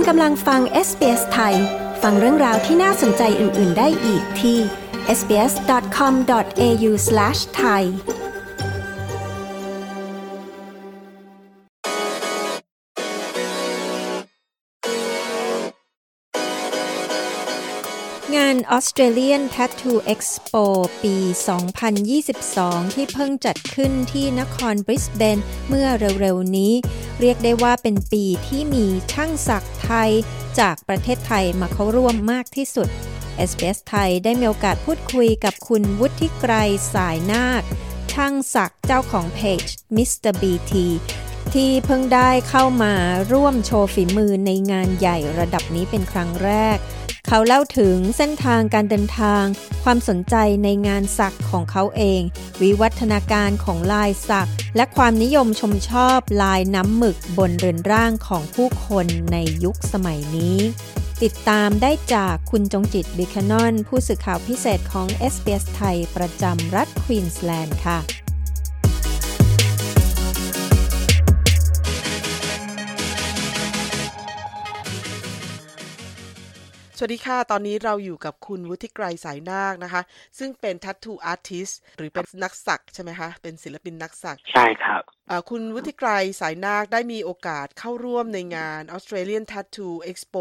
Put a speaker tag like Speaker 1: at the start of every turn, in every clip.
Speaker 1: กำลังฟัง SBS ไทยฟังเรื่องราวที่น่าสนใจอื่นๆได้อีกที่ sbs.com.au/thaiงาน Australian Tattoo Expo ปี 2022 ที่เพิ่งจัดขึ้นที่นครบริสเบนเมื่อเร็วๆนี้เรียกได้ว่าเป็นปีที่มีช่างศักดิ์ไทยจากประเทศไทยมาเข้าร่วมมากที่สุด SBS ไทยได้มีโอกาสพูดคุยกับคุณวุฒิไกรสายนาคช่างศักดิ์เจ้าของเพจ Mr. BT ที่เพิ่งได้เข้ามาร่วมโชว์ฝีมือในงานใหญ่ระดับนี้เป็นครั้งแรกเขาเล่าถึงเส้นทางการเดินทางความสนใจในงานสักของเขาเองวิวัฒนาการของลายสักและความนิยมชมชอบลายน้ำหมึกบนเรือนร่างของผู้คนในยุคสมัยนี้ติดตามได้จากคุณจงจิตบิคานอนผู้สื่อข่าวพิเศษของ SBS ไทยประจำรัฐควีนสแลนด์ค่ะ
Speaker 2: สวัสดีค่ะตอนนี้เราอยู่กับคุณวุฒิไกรสายนาคนะคะซึ่งเป็น Tattoo Artist หรือเป็นนักสักใช่ไหมคะเป็นศิลปินนักสัก
Speaker 3: ใช่ครับ
Speaker 2: คุณวุฒิไกรสายนาคได้มีโอกาสเข้าร่วมในงาน Australian Tattoo Expo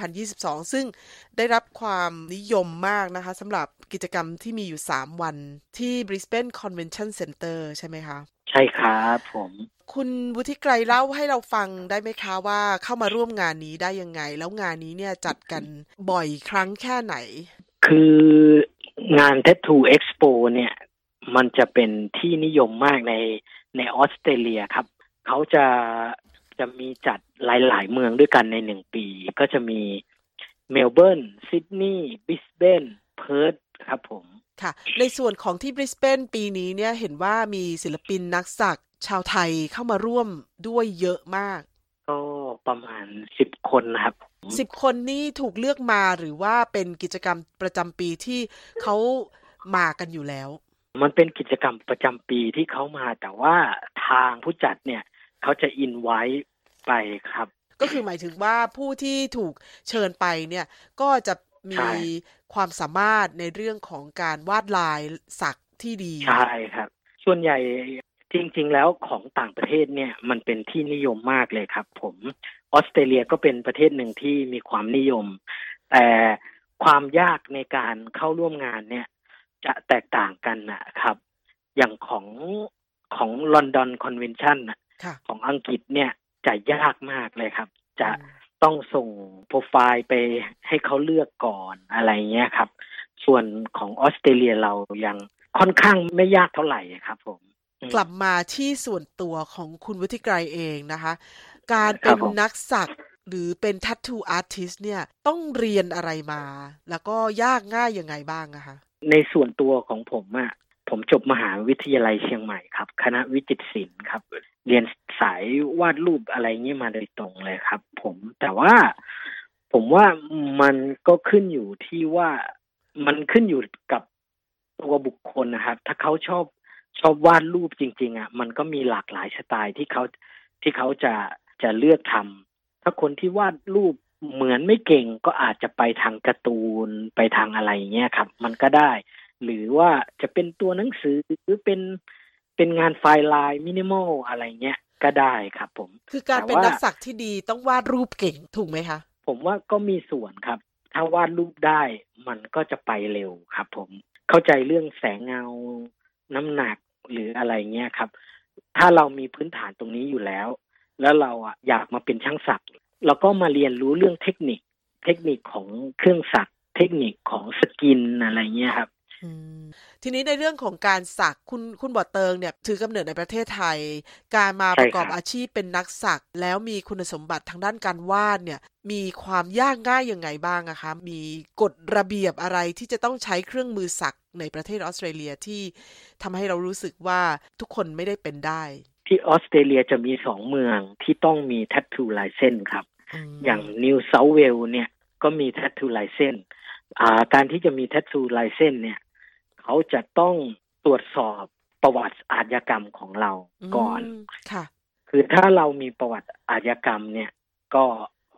Speaker 2: 2022 ซึ่งได้รับความนิยมมากนะคะสำหรับกิจกรรมที่มีอยู่3วันที่ Brisbane Convention Centre ใช่ไหมคะ
Speaker 3: ใช่ครับผม
Speaker 2: คุณวุฒิไกรเล่าให้เราฟังได้ไหมคะว่าเข้ามาร่วมงานนี้ได้ยังไงแล้วงานนี้เนี่ยจัดกันบ่อยครั้งแค่ไหน
Speaker 3: คืองาน Tattoo Expo เนี่ยมันจะเป็นที่นิยมมากในออสเตรเลียครับเขาจะมีจัดหลายๆเมืองด้วยกันใน1ปีก็จะมีเมลเบิร์นซิดนีย์บริสเบนเพิร์ธครับผม
Speaker 2: ค่ะในส่วนของที่บริสเบนปีนี้เนี่ยเห็นว่ามีศิลปินนักสักชาวไทยเข้ามาร่วมด้วยเยอะมาก
Speaker 3: ก็ประมาณ10คนนะครับ
Speaker 2: 10คนนี่ถูกเลือกมาหรือว่าเป็นกิจกรรมประจำปีที่เขามากันอยู่แล้ว
Speaker 3: มันเป็นกิจกรรมประจำปีที่เขามาแต่ว่าทางผู้จัดเนี่ยเขาจะอินไว้ไปครับ
Speaker 2: ก็คือหมายถึงว่าผู้ที่ถูกเชิญไปเนี่ยก็จะมีความสามารถในเรื่องของการวาดลายสักที่ดี
Speaker 3: ใช่ครับส่วนใหญ่จริงๆแล้วของต่างประเทศเนี่ยมันเป็นที่นิยมมากเลยครับผมออสเตรเลียก็เป็นประเทศหนึ่งที่มีความนิยมแต่ความยากในการเข้าร่วมงานเนี่ยจะแตกต่างกันนะครับอย่างของ London Convention ของอังกฤษเนี่ยจะยากมากเลยครับจะต้องส่งโปรไฟล์ไปให้เขาเลือกก่อนอะไรเงี้ยครับส่วนของออสเตรเลียเรายังค่อนข้างไม่ยากเท่าไหร่ครับผม
Speaker 2: กลับมาที่ส่วนตัวของคุณวุฒิไกรเองนะคะการเป็นนักสักหรือเป็น Tattoo Artist เนี่ยต้องเรียนอะไรมาแล้วก็ยากง่ายยังไงบ้างนะคะ
Speaker 3: ในส่วนตัวของผมจบมหาวิทยาลัยเชียงใหม่ครับคณะวิจิตรศิลป์ครับเรียนสายวาดรูปอะไรงี้มาโดยตรงเลยครับแต่ว่าผมว่ามันก็ขึ้นอยู่ที่ว่ามันขึ้นอยู่กับตัวบุคคลนะครับถ้าเขาชอบวาดรูปจริงๆมันก็มีหลากหลายสไตล์ที่เขาจะเลือกทำถ้าคนที่วาดรูปเหมือนไม่เก่งก็อาจจะไปทางการ์ตูนไปทางอะไรเงี้ยครับมันก็ได้หรือว่าจะเป็นตัวหนังสือหรือเป็นงานไฟล์ลายมินิมอลอะไรเงี้ยก็ได้ครับผม
Speaker 2: คือการเป็นนักสักที่ดีต้องวาดรูปเก่งถูกไหมคะ
Speaker 3: ผมว่าก็มีส่วนครับถ้าวาดรูปได้มันก็จะไปเร็วครับผมเข้าใจเรื่องแสงเงาน้ำหนักหรืออะไรเงี้ยครับถ้าเรามีพื้นฐานตรงนี้อยู่แล้วเราอยากมาเป็นช่างสักเราก็มาเรียนรู้เรื่องเทคนิคของเครื่องสักเทคนิคของสกินอะไรเงี้ยครับ
Speaker 2: ทีนี้ในเรื่องของการสักคุณบ่อเติงเนี่ยถือกำเนิดในประเทศไทยการมาประกอบอาชีพเป็นนักสักแล้วมีคุณสมบัติทางด้านการวาดเนี่ยมีความยากง่ายยังไงบ้างอะคะมีกฎระเบียบอะไรที่จะต้องใช้เครื่องมือสักในประเทศออสเตรเลียที่ทำให้เรารู้สึกว่าทุกคนไม่ได้เป็นได้
Speaker 3: ที่ออสเตรเลียจะมี2เมืองที่ต้องมี Tattoo License ครับอย่าง New South Wales เนี่ยก็มี Tattoo License การที่จะมี Tattoo License เนี่ยเขาจะต้องตรวจสอบประวัติอาชญากรรมของเราก่อน
Speaker 2: ค่ะ
Speaker 3: คือถ้าเรามีประวัติอาชญากรรมเนี่ยก็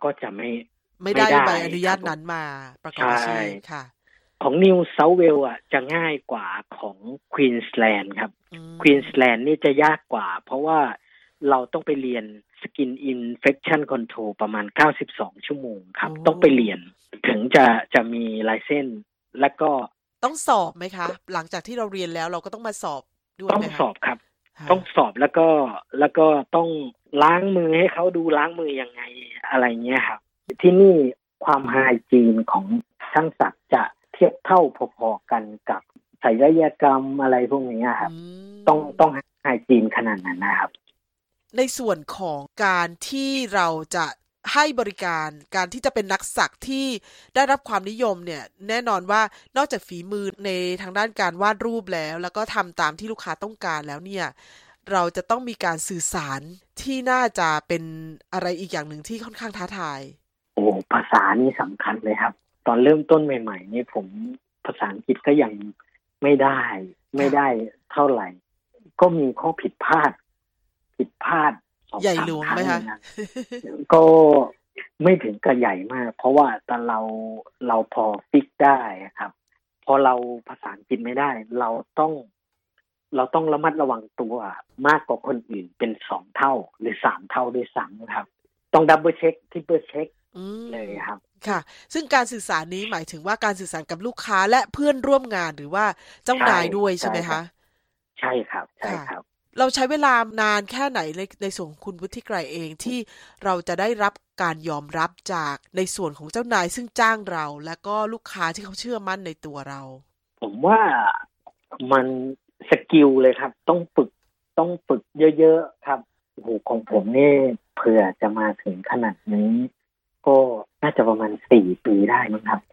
Speaker 3: ก็จะ
Speaker 2: ไม่ได้ใบอนุญาตนั้นมาประกอบอาชีพค่ะ
Speaker 3: ของนิวเซาท์เวลส์จะง่ายกว่าของควีนสแลนด์ครับควีนสแลนด์นี่จะยากกว่าเพราะว่าเราต้องไปเรียน Skin Infection Control ประมาณ92ชั่วโมงครับต้องไปเรียนถึงจะมีไลเซนส์แล้วก็
Speaker 2: ต้องสอบไหมคะหลังจากที่เราเรียนแล้วเราก็ต้องมาสอบด้วย
Speaker 3: ต้องสอบครับต้องสอบแล้วก็ต้องล้างมือให้เขาดูล้างมือยังไงอะไรเงี้ยครับที่นี่ความไฮจีนของช่างศักดิ์จะเทียบเท่าพอๆกันกับศัลยกรรมอะไรพวกนี้ครับต้องไฮจีนขนาดนั้นนะครับ
Speaker 2: ในส่วนของการที่เราจะให้บริการการที่จะเป็นนักสักที่ได้รับความนิยมเนี่ยแน่นอนว่านอกจากฝีมือในทางด้านการวาดรูปแล้วก็ทำตามที่ลูกค้าต้องการแล้วเนี่ยเราจะต้องมีการสื่อสารที่น่าจะเป็นอะไรอีกอย่างหนึ่งที่ค่อนข้างท้าทาย
Speaker 3: ภาษานี่สำคัญเลยครับตอนเริ่มต้นใหม่ๆนี่ผมภาษาอังกฤษก็ยังไม่ได้เท่าไหร่ก็มีข้อผิดพลาด
Speaker 2: ใหญ่หลวงไหมคะ
Speaker 3: ก็ไม่ถึงกับใหญ่มากเพราะว่าตอนเราพอฟิกได้ครับพอเราภาษาอังกฤษไม่ได้เราต้องระมัดระวังตัวมากกว่าคนอื่นเป็น2เท่าหรือ3เท่าด้วยซ้ำครับต้องดับเบิลเช็คทริปเปิลเช็คเลยครับ
Speaker 2: ค่ะซึ่งการสื่อสารนี้หมายถึงว่าการสื่อสารกับลูกค้าและเพื่อนร่วมงานหรือว่าเจ้านายด้วยใช่ไหมคะ
Speaker 3: ใช่ครับ
Speaker 2: เราใช้เวลานานแค่ไหนในส่วนของคุณวุฒิไกรเองที่เราจะได้รับการยอมรับจากในส่วนของเจ้านายซึ่งจ้างเราและก็ลูกค้าที่เขาเชื่อมั่นในตัวเรา
Speaker 3: ผมว่ามันสกิลเลยครับต้องฝึกเยอะๆครับโอ้โหของผมนี่เผื่อจะมาถึงขนาดนี้ก็น่าจะประมาณ4ปีได้มั้งครับ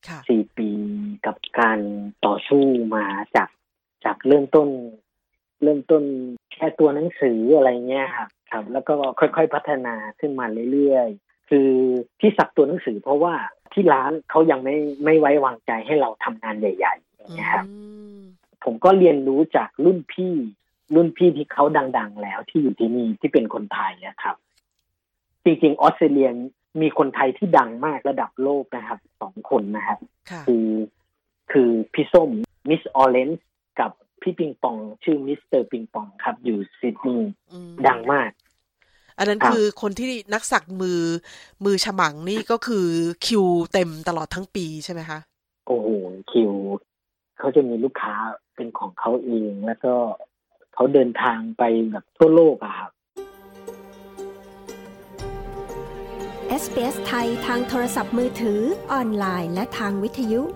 Speaker 3: 4ปีกับการต่อสู้มาจากเริ่มต้นแค่ตัวหนังสืออะไรเงี้ยครับแล้วก็ค่อยๆพัฒนาขึ้นมาเรื่อยๆคือที่สักตัวหนังสือเพราะว่าที่ร้านเขายังไม่ไว้วางใจให้เราทำงานใหญ่ๆอย่างเงี้ยครับผมก็เรียนรู้จากรุ่นพี่ที่เขาดังๆแล้วที่อยู่ที่นี่ที่เป็นคนไทยนะครับจริงๆออสเตรเลียมีคนไทยที่ดังมากระดับโลกนะครับ2คนนะครับคือพี่ส้มมิสออเรนจ์กับพี่ปิงปองชื่อมิสเตอร์ปิงปองครับอยู่ซิดนีย์ดังมาก
Speaker 2: อันนั้นคือคนที่นักสักมือฉมังนี่ก็คือคิวเต็มตลอดทั้งปีใช่ไหมคะ
Speaker 3: โอ้โหคิวเขาจะมีลูกค้าเป็นของเขาเองแล้วก็เขาเดินทางไปแบบทั่วโลกอะครับ
Speaker 1: SBS ไทยทางโทรศัพท์มือถือออนไลน์และทางวิทยุ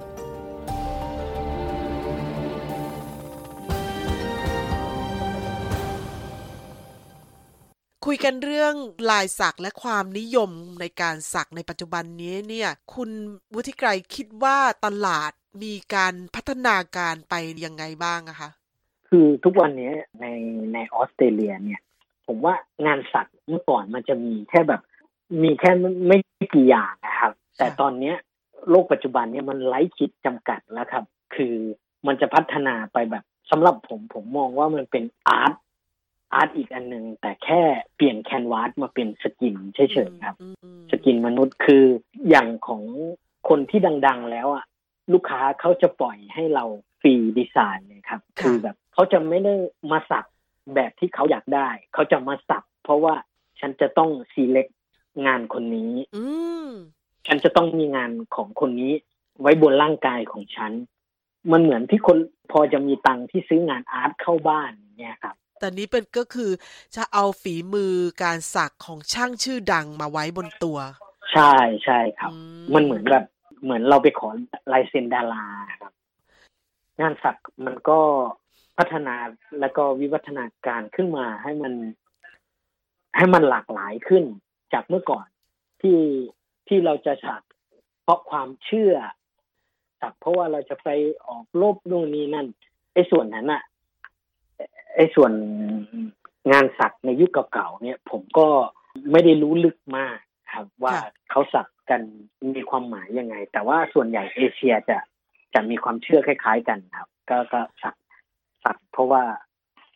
Speaker 2: คุยกันเรื่องลายสักและความนิยมในการสักในปัจจุบันนี้เนี่ยคุณวุฒิไกรคิดว่าตลาดมีการพัฒนาการไปยังไงบ้างอะคะ
Speaker 3: คือทุกวันนี้ในออสเตรเลียเนี่ยผมว่างานสักเมื่อก่อนมันจะมีแค่ไม่กี่อย่างนะครับแต่ตอนนี้โลกปัจจุบันเนี่ยมันไร้ขีดจำกัดแล้วครับคือมันจะพัฒนาไปแบบสำหรับผมมองว่ามันเป็นอาร์ตอีกอันนึงแต่แค่เปลี่ยนแคนวาสมาเป็นสกินเฉยๆครับสกินมนุษย์คืออย่างของคนที่ดังๆแล้วอ่ะลูกค้าเขาจะปล่อยให้เราฟรีดีไซน์เลยครับคือแบบเขาจะไม่ได้มาสักแบบที่เขาอยากได้เขาจะมาสักเพราะว่าฉันจะต้องselectงานคนนี้ฉันจะต้องมีงานของคนนี้ไว้บนร่างกายของฉันมันเหมือนที่คนพอจะมีตังค์ที่ซื้องานอาร์ตเข้าบ้านเนี่ยครับ
Speaker 2: แต่นี้เป็นก็คือจะเอาฝีมือการสักของช่างชื่อดังมาไว้บนตัว
Speaker 3: ใช่ใช่ครับมันเหมือนเราไปขอลายเซ็นดาราครับงานสักมันก็พัฒนาแล้วก็วิวัฒนาการขึ้นมาให้มันหลากหลายขึ้นจากเมื่อก่อนที่เราจะสักเพราะความเชื่อสักเพราะว่าเราจะไปออกรบนู่นนี่นั่นไอ้ส่วนนั้นน่ะไอ้ส่วนงานสักในยุคเก่าๆเนี่ยผมก็ไม่ได้รู้ลึกมากครับว่าเขาสักกันมีความหมายยังไงแต่ว่าส่วนใหญ่เอเชียจะมีความเชื่อคล้ายๆกันครับก็สักเพราะว่า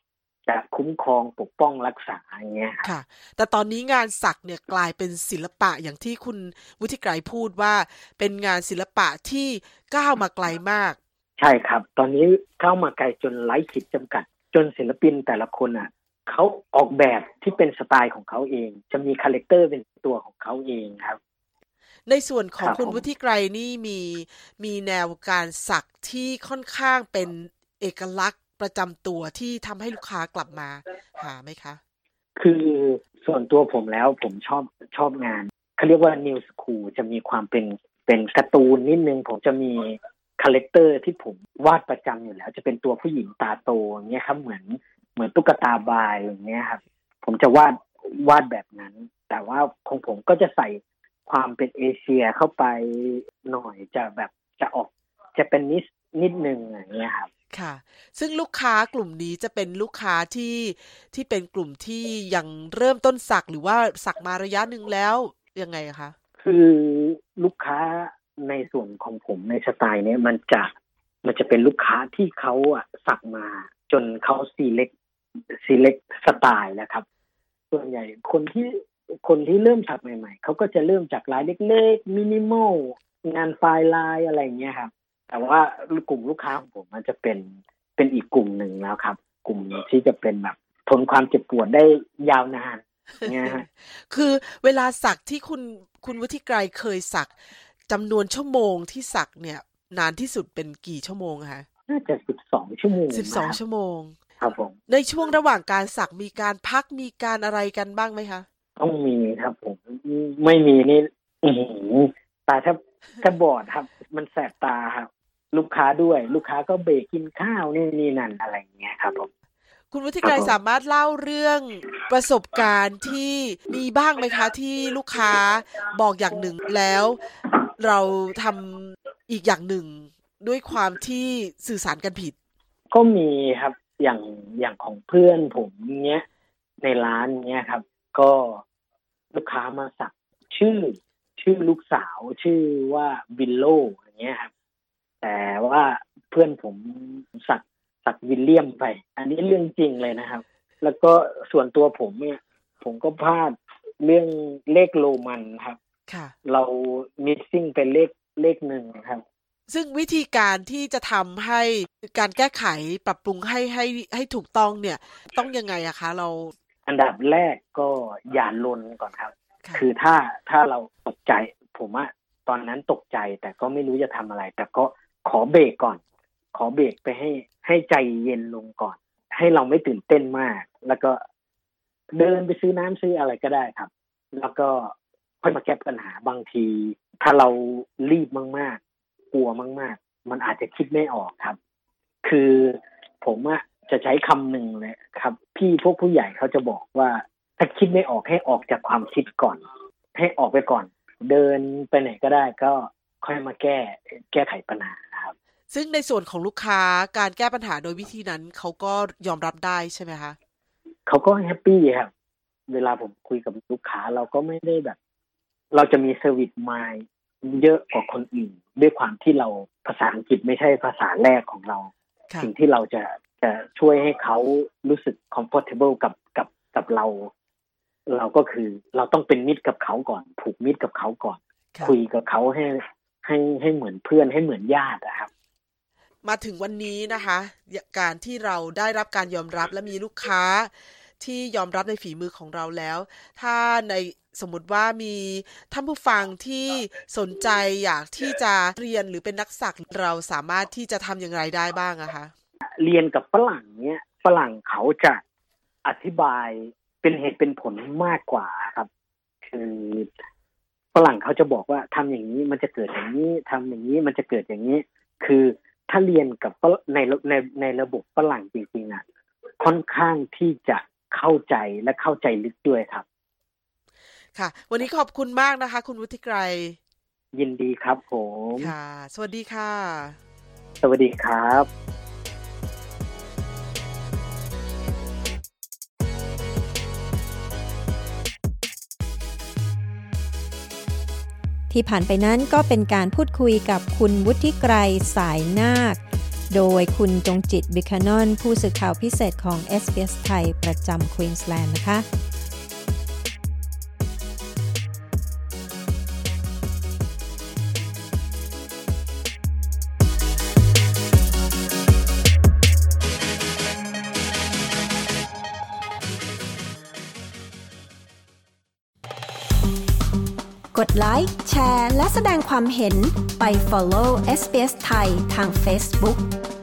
Speaker 3: จะคุ้มครองปกป้องรักษาอย่างเงี้ย
Speaker 2: ค่ะแต่ตอนนี้งานสักเนี่ยกลายเป็นศิลปะอย่างที่คุณวุฒิไกรพูดว่าเป็นงานศิลปะที่ก้าวมาไกลมาก
Speaker 3: ใช่ครับตอนนี้ก้าวมาไกลจนไร้ขีดจำกัดจนศิลปินแต่ละคนเขาออกแบบที่เป็นสไตล์ของเขาเองจะมีคาแรคเตอร์เป็นตัวของเขาเองครับ
Speaker 2: ในส่วนของคุณวุฒิไกรนี่มีแนวการสักที่ค่อนข้างเป็นเอกลักษณ์ประจำตัวที่ทำให้ลูกค้ากลับมาหาไหมคะ
Speaker 3: คือส่วนตัวผมแล้วผมชอบงานเขาเรียกว่า New School จะมีความเป็นการ์ตูนนิดนึงผมจะมีคาแรคเตอร์ที่ผมวาดประจำอยู่แล้วจะเป็นตัวผู้หญิงตาโตอย่างเงี้ยครับเหมือนตุ๊กตาบายอย่างเงี้ยครับผมจะวาดแบบนั้นแต่ว่าของผมก็จะใส่ความเป็นเอเชียเข้าไปหน่อยจะออกจะเป็นนิดนึงอย่างเงี้ยครับ
Speaker 2: ค่ะซึ่งลูกค้ากลุ่มนี้จะเป็นลูกค้าที่เป็นกลุ่มที่ยังเริ่มต้นสักหรือว่าสักมาระยะนึงแล้วยังไงคะ
Speaker 3: คือลูกค้าในส่วนของผมในสไตล์นี้มันจะเป็นลูกค้าที่เขาสักมาจนเขาselectสไตล์แล้วครับส่วนใหญ่คนที่เริ่มสักใหม่ๆเขาก็จะเริ่มจากลายเล็กๆมินิมอลงานไฟล์ลายอะไรอย่างเงี้ยครับแต่ว่ากลุ่มลูกค้าของผมมันจะเป็นอีกกลุ่มหนึ่งแล้วครับกลุ่มที่จะเป็นแบบทนความเจ็บปวดได้ยาวนานเนี่ยฮะ
Speaker 2: คือเวลาสักที่คุณวุฒิไกรเคยสักจำนวนชั่วโมงที่สักเนี่ยนานที่สุดเป็นกี่ชั่วโมงคะ
Speaker 3: น่าจะ12 ชั่วโมง
Speaker 2: 12 ชั่วโมง
Speaker 3: ครับผม
Speaker 2: ในช่วงระหว่างการสักมีการพักมีการอะไรกันบ้างไหมคะ
Speaker 3: ต้องมีครับผมไม่มีนี่ตาแทบบอดครับมันแสบตาครับลูกค้าด้วยลูกค้าก็เบรกกินข้าวนี่นั่นอะไรอย่างเงี้ยครับผม
Speaker 2: คุณวุฒิไกรสามารถเล่าเรื่องประสบการณ์ที่มีบ้างไหมคะที่ลูกค้าบอกอย่างหนึ่งแล้วเราทำอีกอย่างหนึ่งด้วยความที่สื่อสารกันผิด
Speaker 3: ก็มีครับอย่างของเพื่อนผมเนี้ยในร้านเนี้ยครับก็ลูกค้ามาสักชื่อลูกสาวชื่อว่าวิลโลอย่างเงี้ยครับแต่ว่าเพื่อนผมสักวิลเลียมไปอันนี้เรื่องจริงเลยนะครับแล้วก็ส่วนตัวผมเนี่ยผมก็พลาดเรื่องเลขโรมันครับเรามิสซิ่งเป็นเลขหนึ่งครับ
Speaker 2: ซึ่งวิธีการที่จะทำให้การแก้ไขปรับปรุงให้ถูกต้องเนี่ยต้องยังไงอะคะเรา
Speaker 3: อันดับแรกก็อย่าลนก่อนครับคือถ้าเราตกใจผมตอนนั้นตกใจแต่ก็ไม่รู้จะทำอะไรแต่ก็ขอเบรกก่อนขอเบรกไปให้ใจเย็นลงก่อนให้เราไม่ตื่นเต้นมากแล้วก็เดินไปซื้อน้ำซื้ออะไรก็ได้ครับแล้วก็ค่อยมาแก้ปัญหาบางทีถ้าเรารีบมากๆกลัวมากๆมันอาจจะคิดไม่ออกครับคือผมจะใช้คำหนึ่งเลยครับพวกผู้ใหญ่เขาจะบอกว่าถ้าคิดไม่ออกให้ออกจากความคิดก่อนให้ออกไปก่อนเดินไปไหนก็ได้ก็ค่อยมาแก้ไขปัญหาครับ
Speaker 2: ซึ่งในส่วนของลูกค้าการแก้ปัญหาโดยวิธีนั้นเขาก็ยอมรับได้ใช่ไหมคะ
Speaker 3: เขาก็แฮปปี้ครับเวลาผมคุยกับลูกค้าเราก็ไม่ได้แบบเราจะมีเซอร์วิสมายเยอะกว่าคนอื่นด้วยความที่เราภาษาอังกฤษไม่ใช่ภาษาแรกของเราสิ่งที่เราจะช่วยให้เขารู้สึก comfortable กับเราก็คือเราต้องเป็นมิตรกับเขาก่อนผูกมิตรกับเขาก่อนคุยกับเขาให้เหมือนเพื่อนให้เหมือนญาตินะครับ
Speaker 2: มาถึงวันนี้นะคะการที่เราได้รับการยอมรับและมีลูกค้าที่ยอมรับในฝีมือของเราแล้วถ้าในสมมุติว่ามีท่านผู้ฟังที่สนใจอยากที่จะเรียนหรือเป็นนักสักเราสามารถที่จะทำอย่างไรได้บ้างอะคะ
Speaker 3: เรียนกับฝรั่งเนี่ยฝรั่งเขาจะอธิบายเป็นเหตุเป็นผลมากกว่าครับคือฝรั่งเขาจะบอกว่าทำอย่างนี้มันจะเกิดอย่างนี้ทำอย่างนี้มันจะเกิดอย่างนี้คือถ้าเรียนกับในระบบฝรั่งจริงๆค่อนข้างที่จะเข้าใจและเข้าใจลึกด้วยครับ
Speaker 2: ค่ะวันนี้ขอบคุณมากนะคะคุณวุฒิไกร
Speaker 3: ยินดีครับผม
Speaker 2: ค่ะสวัสดีค่ะ
Speaker 3: สวัสดีครับ
Speaker 1: ที่ผ่านไปนั้นก็เป็นการพูดคุยกับคุณวุฒิไกรสายนาคโดยคุณจงจิตบิคานอนผู้สื่อข่าวพิเศษของ SBS ไทยประจำควีนสแลนด์นะคะกดไลค์แชร์และแสดงความเห็นไป follow SBS ไทยทาง Facebook